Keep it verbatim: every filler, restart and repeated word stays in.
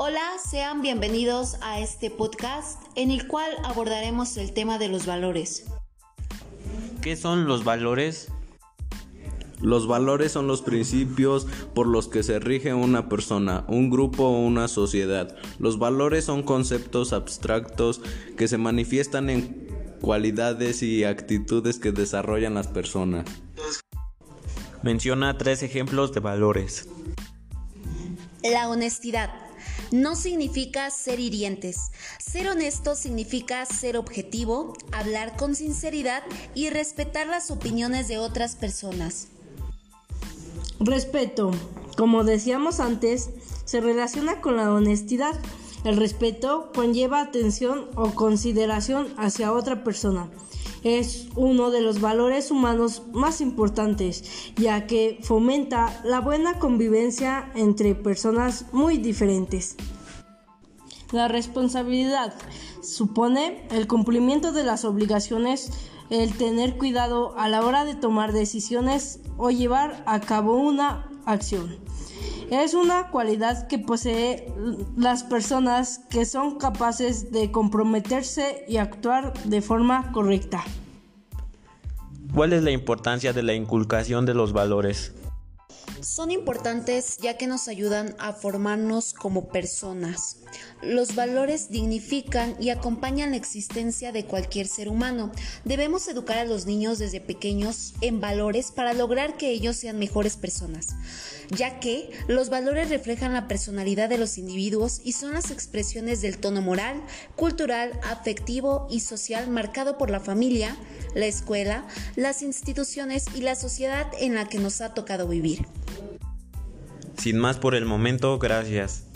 Hola, sean bienvenidos a este podcast en el cual abordaremos el tema de los valores. ¿Qué son los valores? Los valores son los principios por los que se rige una persona, un grupo o una sociedad. Los valores son conceptos abstractos que se manifiestan en cualidades y actitudes que desarrollan las personas. Menciona tres ejemplos de valores. La honestidad no significa ser hirientes. Ser honesto significa ser objetivo, hablar con sinceridad y respetar las opiniones de otras personas. Respeto, como decíamos antes, se relaciona con la honestidad. El respeto conlleva atención o consideración hacia otra persona. Es uno de los valores humanos más importantes, ya que fomenta la buena convivencia entre personas muy diferentes. La responsabilidad supone el cumplimiento de las obligaciones, el tener cuidado a la hora de tomar decisiones o llevar a cabo una acción. Es una cualidad que posee las personas que son capaces de comprometerse y actuar de forma correcta. ¿Cuál es la importancia de la inculcación de los valores? Son importantes ya que nos ayudan a formarnos como personas. Los valores dignifican y acompañan la existencia de cualquier ser humano. Debemos educar a los niños desde pequeños en valores para lograr que ellos sean mejores personas, ya que los valores reflejan la personalidad de los individuos y son las expresiones del tono moral, cultural, afectivo y social marcado por la familia, la escuela, las instituciones y la sociedad en la que nos ha tocado vivir. Sin más por el momento, gracias.